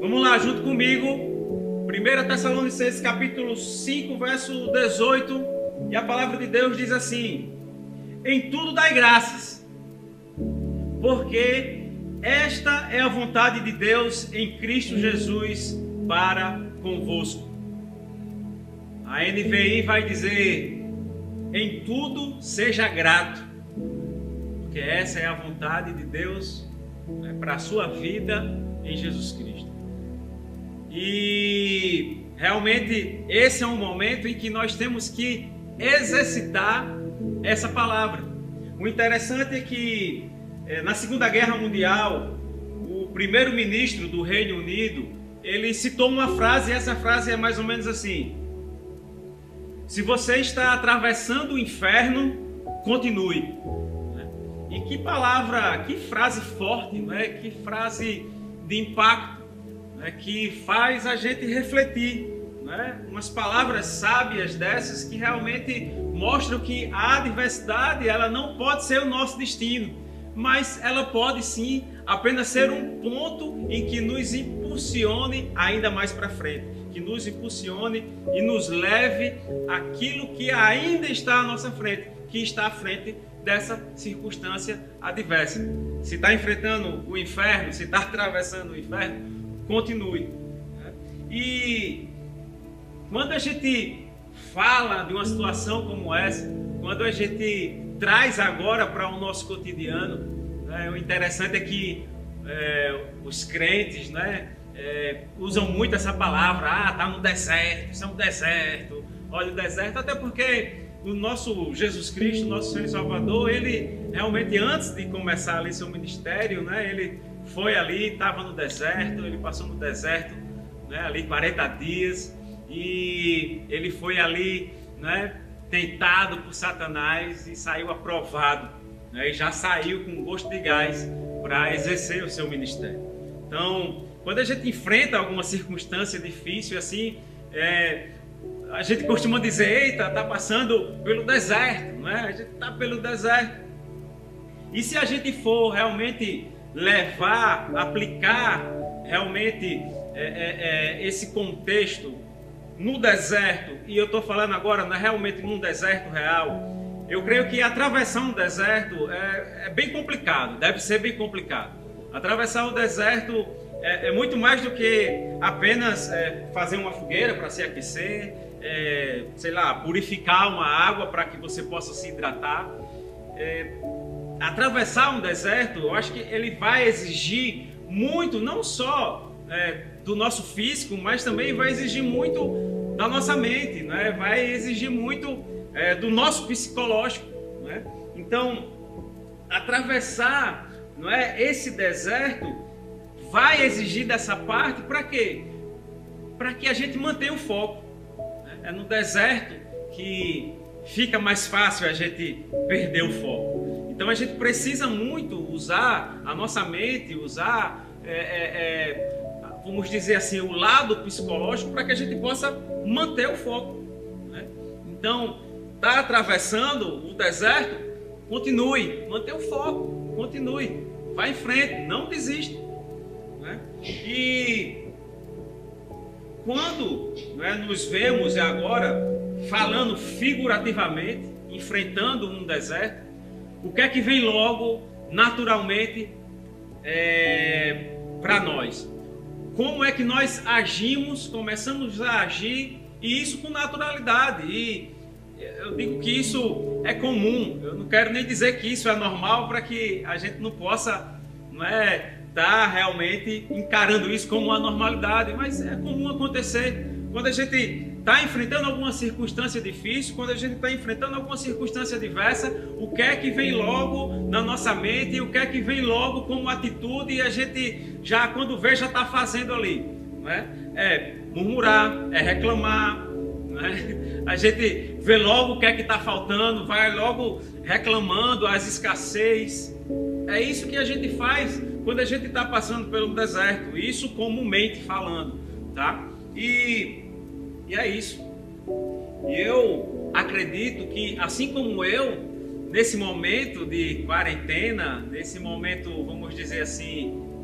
Vamos lá, junto comigo. 1 Tessalonicenses capítulo 5, verso 18. E a palavra de Deus diz assim: em tudo dai graças, porque esta é a vontade de Deus em Cristo Jesus para convosco. A NVI vai dizer: em tudo seja grato, porque essa é a vontade de Deus para a sua vida em Jesus Cristo. E realmente esse é um momento em que nós temos que exercitar essa palavra. O interessante é que na Segunda Guerra Mundial, o primeiro-ministro do Reino Unido, ele citou uma frase, e essa frase é mais ou menos assim: se você está atravessando o inferno, continue. E que palavra, que frase forte, né? Que frase de impacto, né? Que faz a gente refletir, né? Umas palavras sábias dessas que realmente mostram que a adversidade ela não pode ser o nosso destino, mas ela pode sim apenas ser um ponto em que nos impulsione ainda mais para frente, que nos impulsione e nos leve àquilo que ainda está à nossa frente, que está à frente dessa circunstância adversa. Se está enfrentando o inferno, se está atravessando o inferno, continue. E quando a gente fala de uma situação como essa, quando a gente traz agora para o nosso cotidiano, né, o interessante é que os crentes, né, usam muito essa palavra: está no deserto, isso é um deserto, olha o deserto, até porque o nosso Jesus Cristo, nosso Senhor e Salvador, ele realmente antes de começar ali seu ministério, né, ele foi ali, estava no deserto, ele passou no deserto, né, ali 40 dias, e ele foi ali, né, tentado por Satanás e saiu aprovado, né, e já saiu com gosto de gás para exercer o seu ministério. Então, quando a gente enfrenta alguma circunstância difícil assim, a gente costuma dizer: eita, está passando pelo deserto, né? A gente está pelo deserto. E se a gente for realmente levar, aplicar realmente esse contexto no deserto, e eu estou falando agora realmente num deserto real, eu creio que atravessar um deserto é bem complicado, deve ser bem complicado. Atravessar o deserto é muito mais do que apenas fazer uma fogueira para se aquecer, sei lá, purificar uma água para que você possa se hidratar. Atravessar um deserto, eu acho que ele vai exigir muito, não só do nosso físico, mas também vai exigir muito da nossa mente, né? Vai exigir muito do nosso psicológico, né? Então, atravessar, não é, esse deserto vai exigir dessa parte para quê? Para que a gente mantenha o foco. É no deserto que fica mais fácil a gente perder o foco. Então a gente precisa muito usar a nossa mente, usar, vamos dizer assim, o lado psicológico para que a gente possa manter o foco, né? Então, está atravessando o deserto, continue, mantenha o foco, continue, vá em frente, não desista, né? E quando, né, nos vemos agora falando figurativamente, enfrentando um deserto, o que é que vem logo naturalmente para nós? Como é que nós agimos, começamos a agir, e isso com naturalidade? E eu digo que isso é comum, eu não quero nem dizer que isso é normal para que a gente não possa, não está realmente encarando isso como uma normalidade, mas é comum acontecer. Quando a gente está enfrentando alguma circunstância difícil, quando a gente está enfrentando alguma circunstância adversa, o que é que vem logo na nossa mente, o que é que vem logo como atitude, e a gente já, quando vê, já está fazendo ali, não é? É murmurar, é reclamar, não é? A gente vê logo o que é que está faltando, vai logo reclamando as escassez. É isso que a gente faz quando a gente está passando pelo deserto, isso comumente falando, tá? E é isso. E eu acredito que, assim como eu, nesse momento de quarentena, nesse momento, vamos dizer assim,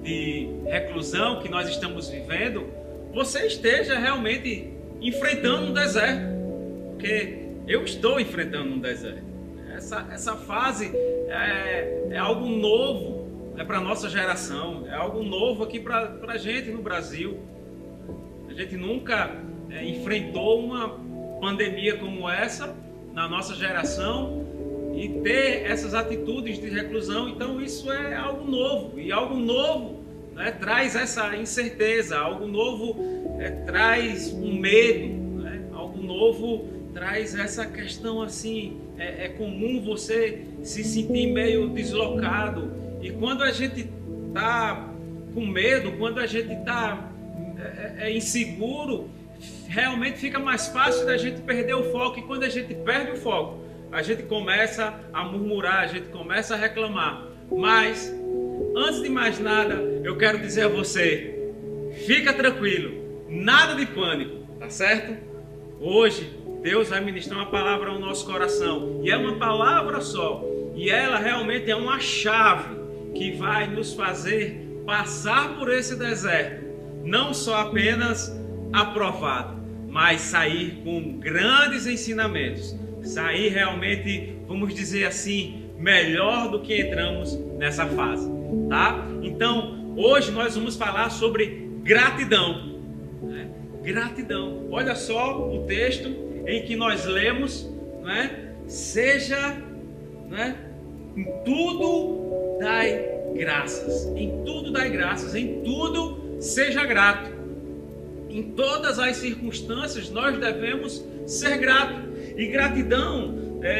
de reclusão que nós estamos vivendo, você esteja realmente enfrentando um deserto, porque eu estou enfrentando um deserto. Essa fase é algo novo, para a nossa geração, é algo novo aqui para a gente no Brasil. A gente nunca enfrentou uma pandemia como essa na nossa geração e ter essas atitudes de reclusão. Então isso é algo novo, e algo novo, né, traz essa incerteza, algo novo traz um medo, né? Algo novo traz essa questão assim, é comum você se sentir meio deslocado, e quando a gente está com medo, quando a gente está inseguro, realmente fica mais fácil da gente perder o foco, e quando a gente perde o foco, a gente começa a murmurar, a gente começa a reclamar. Mas, antes de mais nada, eu quero dizer a você, fica tranquilo, nada de pânico, tá certo? Hoje, Deus vai ministrar uma palavra ao nosso coração, e é uma palavra só, e ela realmente é uma chave que vai nos fazer passar por esse deserto, não só apenas aprovado, mas sair com grandes ensinamentos, sair realmente, vamos dizer assim, melhor do que entramos nessa fase, tá? Então, hoje nós vamos falar sobre gratidão, né? Gratidão. Olha só o texto em que nós lemos, né? Seja, né? Em tudo dai graças, em tudo dai graças, em tudo seja grato. Em todas as circunstâncias nós devemos ser gratos. E gratidão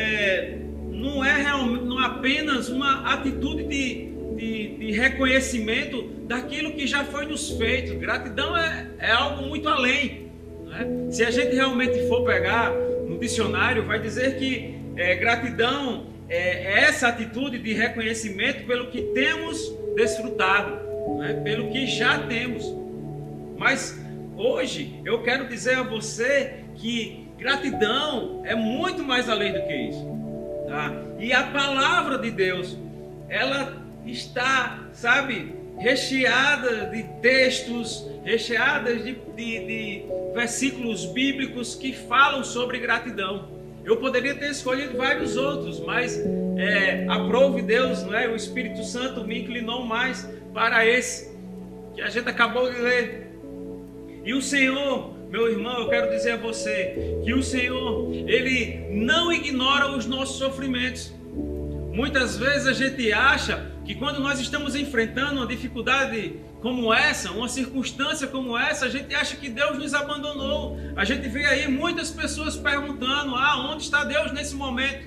não é apenas uma atitude de reconhecimento daquilo que já foi nos feito. Gratidão é algo muito além, né? Se a gente realmente for pegar no dicionário, vai dizer que gratidão é essa atitude de reconhecimento pelo que temos desfrutado, né? Pelo que já temos. Mas hoje eu quero dizer a você que gratidão é muito mais além do que isso, tá? E a palavra de Deus, ela está, sabe, recheada de textos, recheadas de versículos bíblicos que falam sobre gratidão. Eu poderia ter escolhido vários outros, mas aprove Deus, não é? O Espírito Santo me inclinou mais para esse que a gente acabou de ler. E o Senhor, meu irmão, eu quero dizer a você que o Senhor, Ele não ignora os nossos sofrimentos. Muitas vezes a gente acha que quando nós estamos enfrentando uma dificuldade como essa, uma circunstância como essa, a gente acha que Deus nos abandonou. A gente vê aí muitas pessoas perguntando, onde está Deus nesse momento?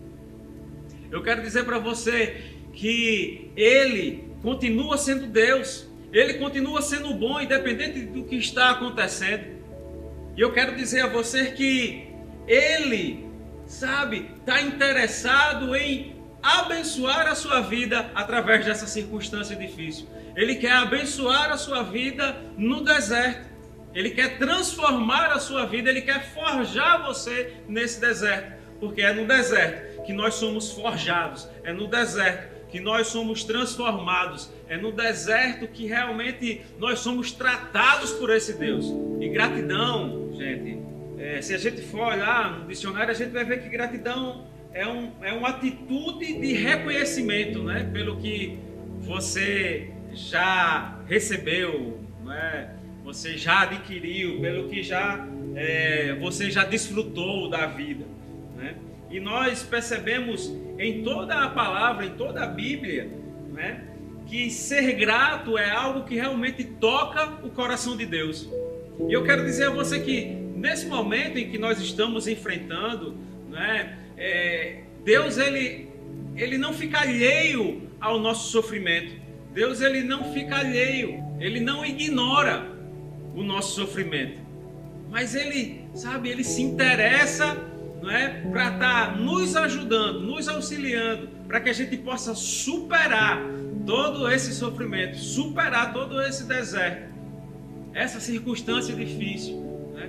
Eu quero dizer para você que Ele continua sendo Deus. Ele continua sendo bom, independente do que está acontecendo. E eu quero dizer a você que Ele, sabe, está interessado em abençoar a sua vida através dessa circunstância difícil. Ele quer abençoar a sua vida no deserto. Ele quer transformar a sua vida, Ele quer forjar você nesse deserto. Porque é no deserto que nós somos forjados, é no deserto que nós somos transformados, é no deserto que realmente nós somos tratados por esse Deus. E gratidão, gente, se a gente for olhar no dicionário, a gente vai ver que gratidão é uma atitude de reconhecimento, né? Pelo que você já recebeu, né? Você já adquiriu, pelo que você já desfrutou da vida, né? E nós percebemos em toda a palavra, em toda a Bíblia, né, que ser grato é algo que realmente toca o coração de Deus. E eu quero dizer a você que nesse momento em que nós estamos enfrentando, né, Deus ele não fica alheio ao nosso sofrimento. Deus ele não fica alheio, Ele não ignora o nosso sofrimento. Mas Ele, sabe, Ele se interessa, não é, para estar nos ajudando, nos auxiliando, para que a gente possa superar todo esse sofrimento, superar todo esse deserto, essa circunstância difícil, né?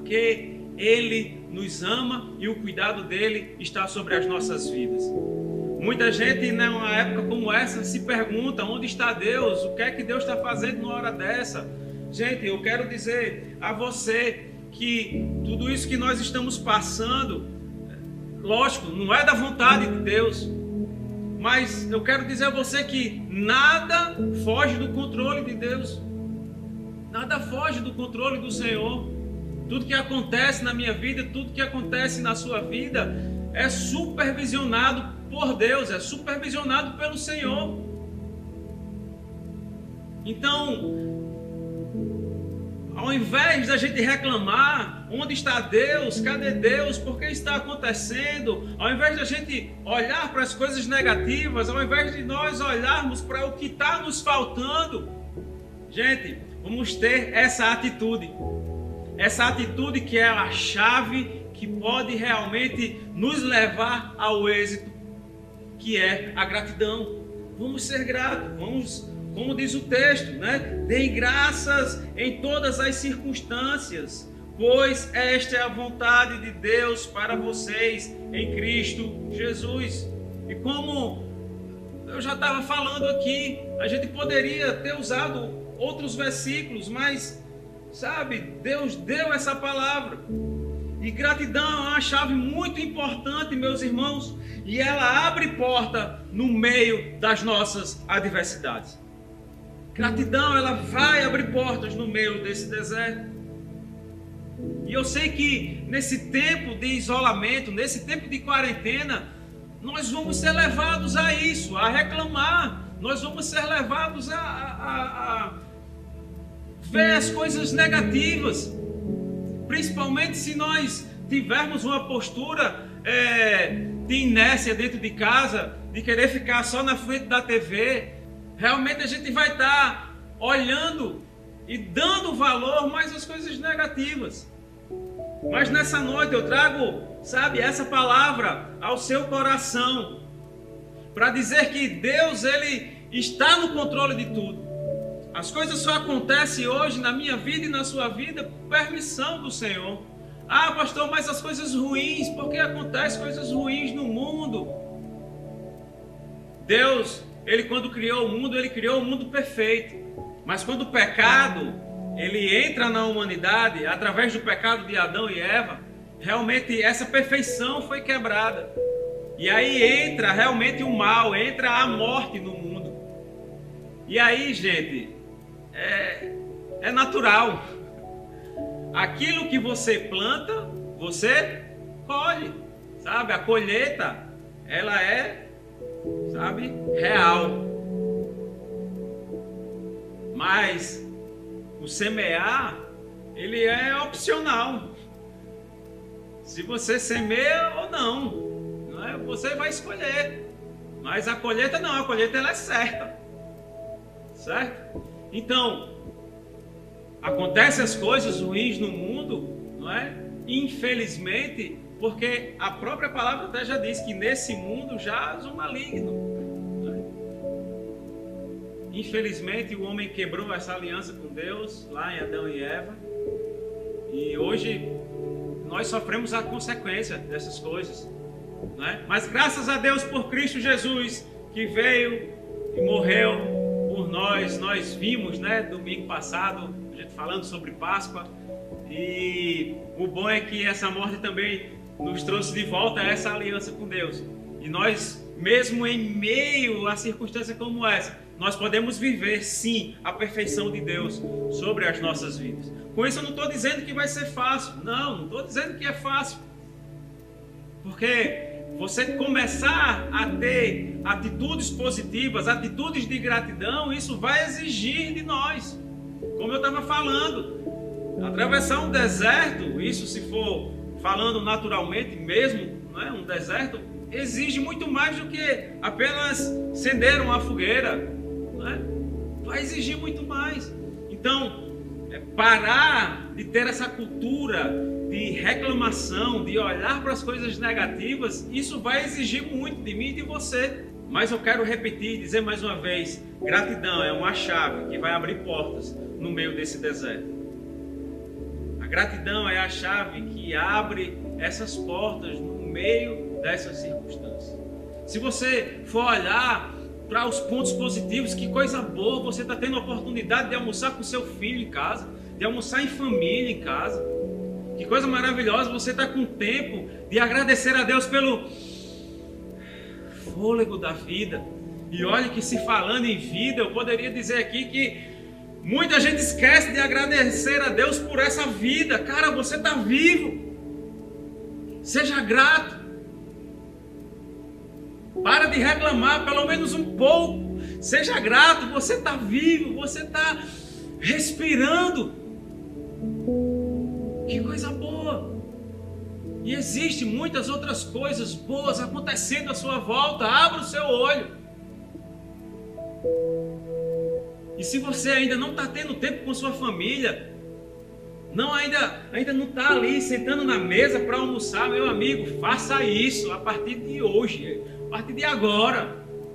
Porque Ele nos ama e o cuidado dele está sobre as nossas vidas. Muita gente, numa época como essa, se pergunta onde está Deus, o que é que Deus está fazendo numa hora dessa. Gente, eu quero dizer a você que tudo isso que nós estamos passando, lógico, não é da vontade de Deus, mas eu quero dizer a você que nada foge do controle de Deus, nada foge do controle do Senhor. Tudo que acontece na minha vida, tudo que acontece na sua vida é supervisionado por Deus, é supervisionado pelo Senhor. Então, ao invés da gente reclamar, onde está Deus, cadê Deus, por que está acontecendo, ao invés da gente olhar para as coisas negativas, ao invés de nós olharmos para o que está nos faltando, gente, vamos ter essa atitude que é a chave que pode realmente nos levar ao êxito, que é a gratidão. Vamos ser gratos, vamos, como diz o texto, né? Deem graças em todas as circunstâncias, pois esta é a vontade de Deus para vocês em Cristo Jesus. E como eu já estava falando aqui, a gente poderia ter usado outros versículos, mas, sabe, Deus deu essa palavra. E gratidão é uma chave muito importante, meus irmãos, e ela abre porta no meio das nossas adversidades. Gratidão, ela vai abrir portas no meio desse deserto. E eu sei que nesse tempo de isolamento, nesse tempo de quarentena, nós vamos ser levados a isso, a reclamar. Nós vamos ser levados a ver as coisas negativas. Principalmente se nós tivermos uma postura de inércia dentro de casa, de querer ficar só na frente da TV. Realmente a gente vai estar olhando e dando valor mais às coisas negativas. Mas nessa noite eu trago, sabe, essa palavra ao seu coração, para dizer que Deus, Ele está no controle de tudo. As coisas só acontecem hoje na minha vida e na sua vida por permissão do Senhor. Ah, pastor, mas as coisas ruins, por que acontecem coisas ruins no mundo? Deus, Ele quando criou o mundo, Ele criou o mundo perfeito. Mas quando o pecado, ele entra na humanidade, através do pecado de Adão e Eva, realmente essa perfeição foi quebrada. E aí entra realmente o mal, entra a morte no mundo. E aí, gente, é natural. Aquilo que você planta, você colhe, sabe? A colheita, ela é, sabe, real. Mas o semear, ele é opcional. Se você semeia ou não é? Você vai escolher. Mas a colheita não, a colheita ela é certa. Certo? Então, acontecem as coisas ruins no mundo, não é? Infelizmente, porque a própria palavra até já diz que nesse mundo jaz o maligno. Infelizmente, o homem quebrou essa aliança com Deus, lá em Adão e Eva. E hoje, nós sofremos a consequência dessas coisas. Não é? Mas graças a Deus por Cristo Jesus, que veio e morreu por nós. Nós vimos, né, domingo passado, a gente falando sobre Páscoa. E o bom é que essa morte também nos trouxe de volta a essa aliança com Deus. E nós, mesmo em meio a circunstâncias como essa, nós podemos viver, sim, a perfeição de Deus sobre as nossas vidas. Com isso eu não estou dizendo que vai ser fácil. Não estou dizendo que é fácil. Porque você começar a ter atitudes positivas, atitudes de gratidão, isso vai exigir de nós. Como eu estava falando, atravessar um deserto, isso se for falando naturalmente mesmo, não é? Um deserto exige muito mais do que apenas acender uma fogueira. Vai exigir muito mais. Então, parar de ter essa cultura de reclamação, de olhar para as coisas negativas, isso vai exigir muito de mim e de você. Mas eu quero repetir e dizer mais uma vez, gratidão é uma chave que vai abrir portas no meio desse deserto. A gratidão é a chave que abre essas portas no meio dessas circunstâncias. Se você for olhar para os pontos positivos, que coisa boa, você está tendo a oportunidade de almoçar com seu filho em casa, de almoçar em família em casa. Que coisa maravilhosa, você está com tempo de agradecer a Deus pelo fôlego da vida. E olha que, se falando em vida, eu poderia dizer aqui que muita gente esquece de agradecer a Deus por essa vida. Cara, você está vivo. Seja grato. Para de reclamar, pelo menos um pouco. Seja grato, você está vivo, você está respirando. Que coisa boa. E existem muitas outras coisas boas acontecendo à sua volta. Abra o seu olho. E se você ainda não está tendo tempo com sua família, ainda não está ali sentando na mesa para almoçar, meu amigo, faça isso a partir de hoje, a partir de agora.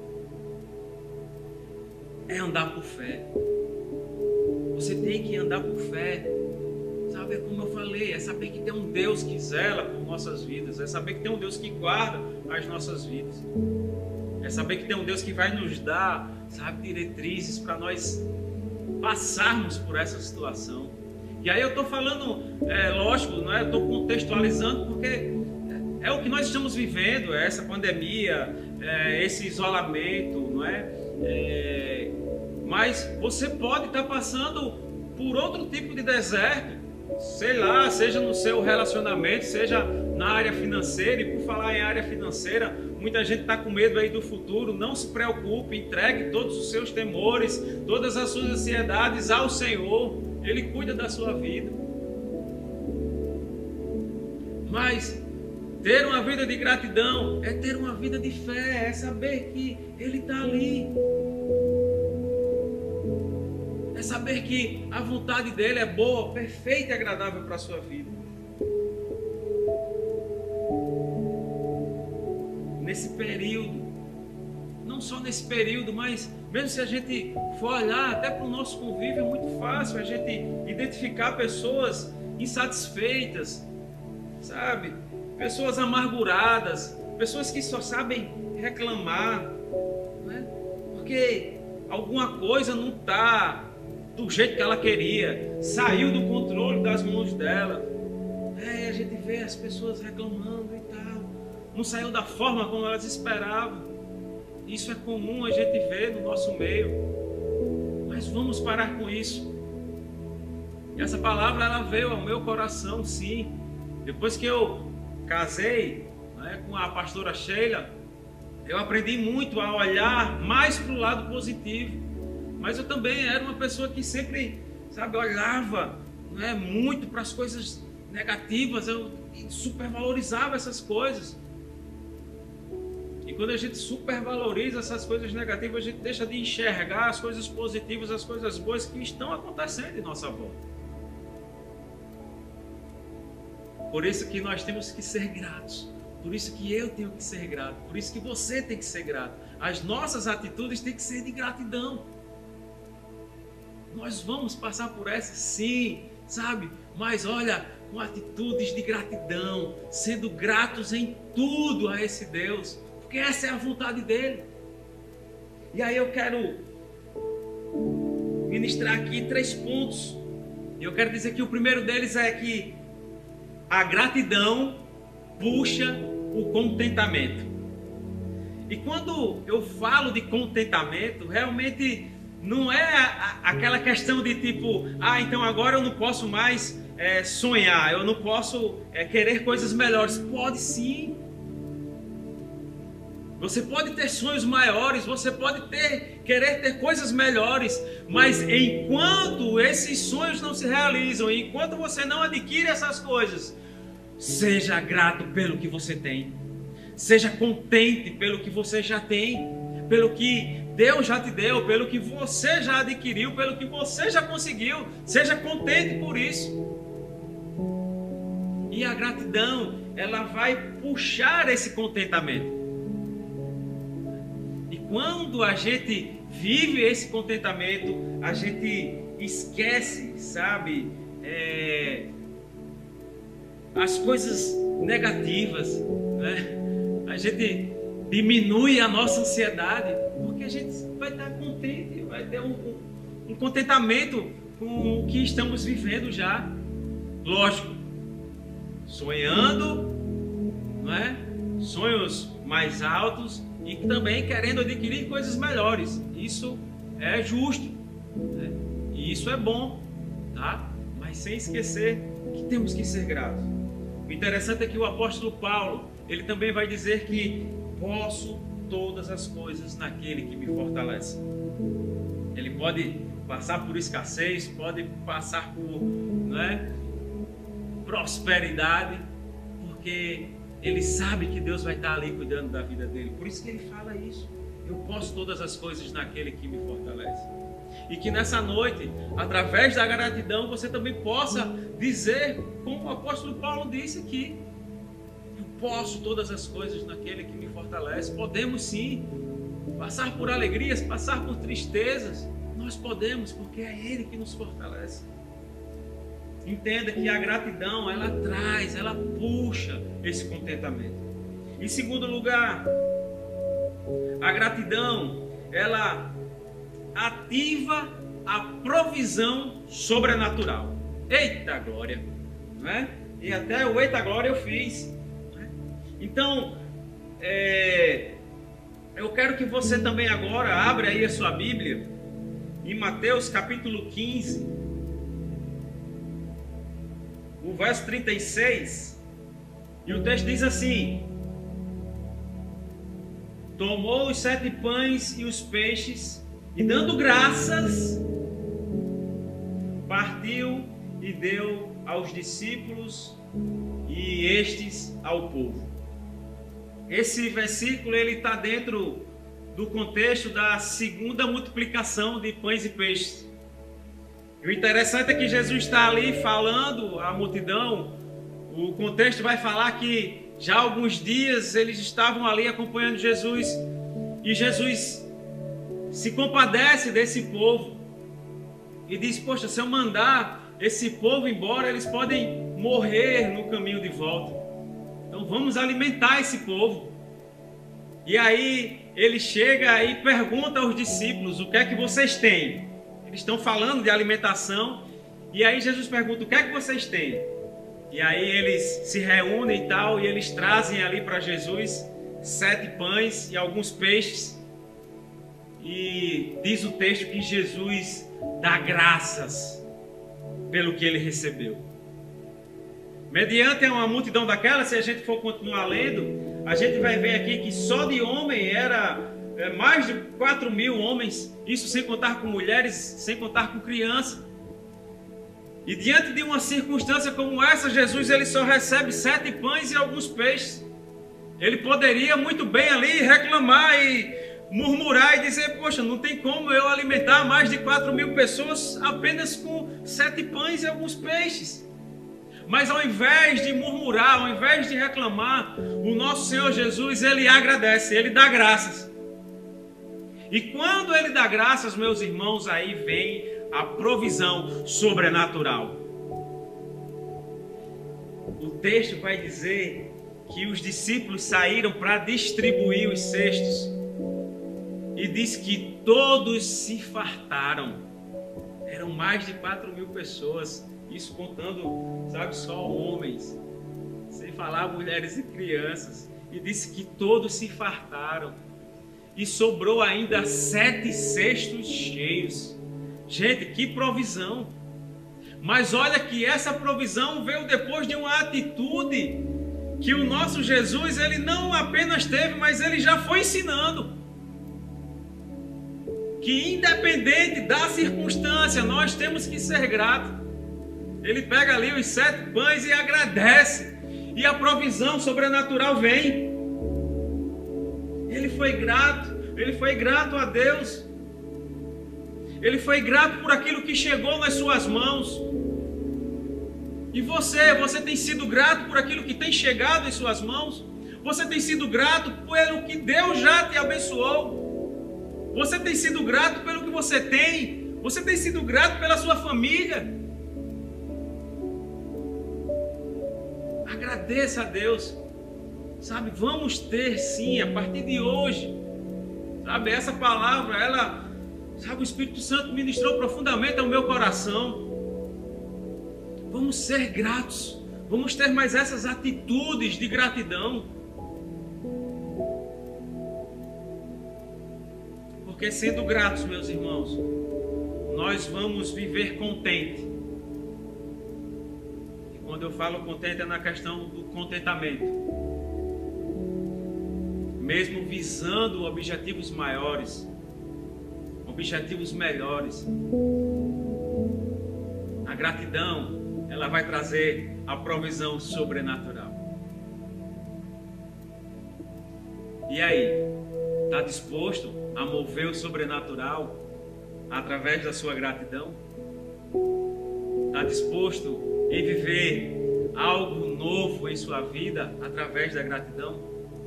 É andar por fé. Você tem que andar por fé. Sabe, como eu falei, é saber que tem um Deus que zela por nossas vidas, é saber que tem um Deus que guarda as nossas vidas, é saber que tem um Deus que vai nos dar, sabe, diretrizes para nós passarmos por essa situação. E aí eu estou falando, lógico, não é? Eu estou contextualizando porque é o que nós estamos vivendo, essa pandemia, esse isolamento, não é? Mas você pode estar passando por outro tipo de deserto, sei lá, seja no seu relacionamento, seja na área financeira. E por falar em área financeira, muita gente está com medo aí do futuro. Não se preocupe, entregue todos os seus temores, todas as suas ansiedades ao Senhor. Ele cuida da sua vida. Mas ter uma vida de gratidão é ter uma vida de fé, é saber que Ele está ali. É saber que a vontade dele é boa, perfeita e agradável para a sua vida. Nesse período, não só nesse período, mas mesmo se a gente for olhar até para o nosso convívio, é muito fácil a gente identificar pessoas insatisfeitas, sabe? Pessoas amarguradas, pessoas que só sabem reclamar, né? Porque alguma coisa não está do jeito que ela queria, saiu do controle das mãos dela. A gente vê as pessoas reclamando e tal, não saiu da forma como elas esperavam. Isso é comum a gente ver no nosso meio, mas vamos parar com isso. E essa palavra, ela veio ao meu coração, sim, depois que eu casei, né, com a pastora Sheila. Eu aprendi muito a olhar mais para o lado positivo. Mas eu também era uma pessoa que sempre, sabe, olhava, né, muito para as coisas negativas. Eu supervalorizava essas coisas. E quando a gente supervaloriza essas coisas negativas, a gente deixa de enxergar as coisas positivas, as coisas boas que estão acontecendo em nossa volta. Por isso que nós temos que ser gratos. Por isso que eu tenho que ser grato. Por isso que você tem que ser grato. As nossas atitudes têm que ser de gratidão. Nós vamos passar por essa, sim, sabe? Mas olha, com atitudes de gratidão, sendo gratos em tudo a esse Deus, porque essa é a vontade dele. E aí eu quero ministrar aqui 3 pontos. E eu quero dizer que o primeiro deles é que a gratidão puxa o contentamento. E quando eu falo de contentamento, realmente não é aquela questão de tipo, então agora eu não posso mais sonhar, eu não posso querer coisas melhores. Pode sim. Você pode ter sonhos maiores, você pode querer ter coisas melhores, mas enquanto esses sonhos não se realizam, enquanto você não adquire essas coisas, seja grato pelo que você tem. Seja contente pelo que você já tem, pelo que Deus já te deu, pelo que você já adquiriu, pelo que você já conseguiu. Seja contente por isso. E a gratidão, ela vai puxar esse contentamento. E quando a gente vive esse contentamento, a gente esquece, sabe, as coisas negativas, né? A gente diminui a nossa ansiedade, porque a gente vai estar contente, vai ter um contentamento com o que estamos vivendo já. Lógico, sonhando, não é? Sonhos mais altos e também querendo adquirir coisas melhores. Isso é justo, né? E isso é bom, tá? Mas sem esquecer que temos que ser gratos. O interessante é que o apóstolo Paulo, ele também vai dizer que posso todas as coisas naquele que me fortalece. Ele pode passar por escassez, pode passar por, não é, prosperidade, porque ele sabe que Deus vai estar ali cuidando da vida dele. Por isso que ele fala isso. Eu posso todas as coisas naquele que me fortalece. E que nessa noite, através da gratidão, você também possa dizer, como o apóstolo Paulo disse aqui: eu posso todas as coisas naquele que me fortalece. Podemos sim passar por alegrias, passar por tristezas. Nós podemos, porque é Ele que nos fortalece. Entenda que a gratidão, ela traz, ela puxa esse contentamento. Em segundo lugar, a gratidão, ela ativa a provisão sobrenatural. Eita glória, não é? E até o eita glória eu fiz. Então, eu quero que você também agora abra aí a sua Bíblia em Mateus capítulo 15, o verso 36, e o texto diz assim: tomou os 7 pães e os peixes, e dando graças, partiu e deu aos discípulos e estes ao povo. Esse versículo ele está dentro do contexto da segunda multiplicação de pães e peixes. E o interessante é que Jesus está ali falando à multidão. O contexto vai falar que já há alguns dias eles estavam ali acompanhando Jesus, e Jesus se compadece desse povo e diz: poxa, se eu mandar esse povo embora, eles podem morrer no caminho de volta. Então vamos alimentar esse povo. E aí ele chega e pergunta aos discípulos: o que é que vocês têm? Eles estão falando de alimentação, e aí Jesus pergunta: o que é que vocês têm? E aí eles se reúnem e tal, e eles trazem ali para Jesus 7 pães e alguns peixes. E diz o texto que Jesus dá graças pelo que ele recebeu. Mediante uma multidão daquela, se a gente for continuar lendo, a gente vai ver aqui que só de homem era mais de 4.000 homens, isso sem contar com mulheres, sem contar com crianças. E diante de uma circunstância como essa, Jesus ele só recebe 7 pães e alguns peixes. Ele poderia muito bem ali reclamar e murmurar e dizer: poxa, não tem como eu alimentar mais de 4.000 pessoas apenas com 7 pães e alguns peixes. Mas ao invés de murmurar, ao invés de reclamar, o nosso Senhor Jesus, ele agradece, ele dá graças. E quando ele dá graças, meus irmãos, aí vem a provisão sobrenatural. O texto vai dizer que os discípulos saíram para distribuir os cestos, e diz que todos se fartaram. Eram mais de 4.000 pessoas, isso contando, sabe, só homens, sem falar mulheres e crianças. E disse que todos se fartaram, e sobrou ainda 7 cestos cheios. Gente, que provisão! Mas olha que essa provisão veio depois de uma atitude que o nosso Jesus, ele não apenas teve, mas ele já foi ensinando. Que independente da circunstância, nós temos que ser gratos. Ele pega ali os 7 pães e agradece, e a provisão sobrenatural vem. Ele foi grato a Deus. Ele foi grato por aquilo que chegou nas suas mãos. E você tem sido grato por aquilo que tem chegado em suas mãos? Você tem sido grato pelo que Deus já te abençoou? Você tem sido grato pelo que você tem? Você tem sido grato pela sua família? Agradeça a Deus. Sabe, vamos ter sim, a partir de hoje. Sabe, essa palavra, ela, sabe, o Espírito Santo ministrou profundamente ao meu coração. Vamos ser gratos. Vamos ter mais essas atitudes de gratidão. Porque sendo gratos, meus irmãos, nós vamos viver contente. E quando eu falo contente é na questão do contentamento. Mesmo visando objetivos maiores, objetivos melhores. A gratidão, ela vai trazer a provisão sobrenatural. E aí, está disposto a mover o sobrenatural através da sua gratidão? Está disposto em viver algo novo em sua vida através da gratidão?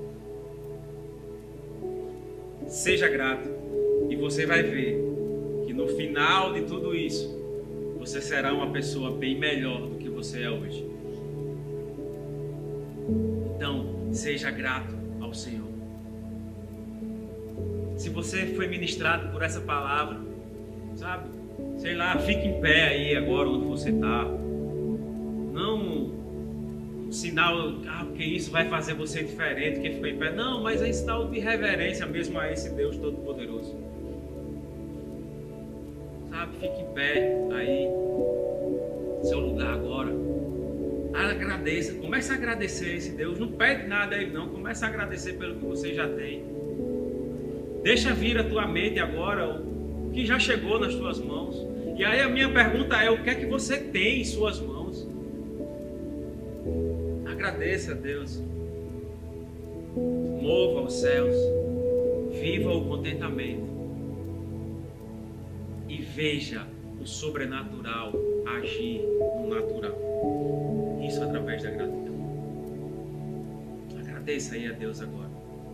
Seja grato e você vai ver que no final de tudo isso você será uma pessoa bem melhor do que você é hoje. Então, seja grato ao Senhor. Se você foi ministrado por essa palavra, sabe? Sei lá, fique em pé aí agora onde você está. Não um sinal, porque isso vai fazer você diferente, que ficou em pé. Não, mas é sinal de reverência mesmo a esse Deus Todo-Poderoso. Sabe, fique em pé aí, no seu lugar agora. Agradeça, comece a agradecer a esse Deus. Não pede nada a Ele não, comece a agradecer pelo que você já tem. Deixa vir a tua mente agora o que já chegou nas tuas mãos. E aí a minha pergunta é, o que é que você tem em suas mãos? Agradeça a Deus. Mova os céus. Viva o contentamento. E veja o sobrenatural agir no natural. Isso através da gratidão. Agradeça aí a Deus agora.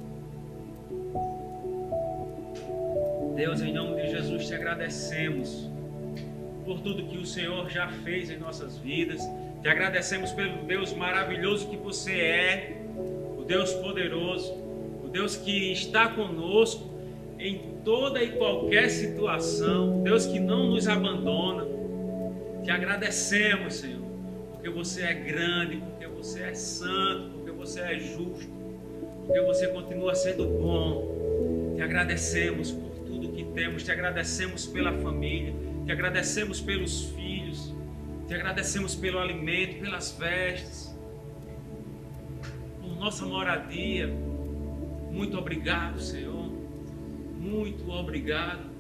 Deus, em nome de Jesus, te agradecemos por tudo que o Senhor já fez em nossas vidas. Te agradecemos pelo Deus maravilhoso que você é, o Deus poderoso, o Deus que está conosco em toda e qualquer situação, o Deus que não nos abandona. Te agradecemos, Senhor, porque você é grande, porque você é santo, porque você é justo, porque você continua sendo bom. Te agradecemos por tudo que temos, te agradecemos pela família, te agradecemos pelos filhos, te agradecemos pelo alimento, pelas vestes, por nossa moradia. Muito obrigado, Senhor, muito obrigado.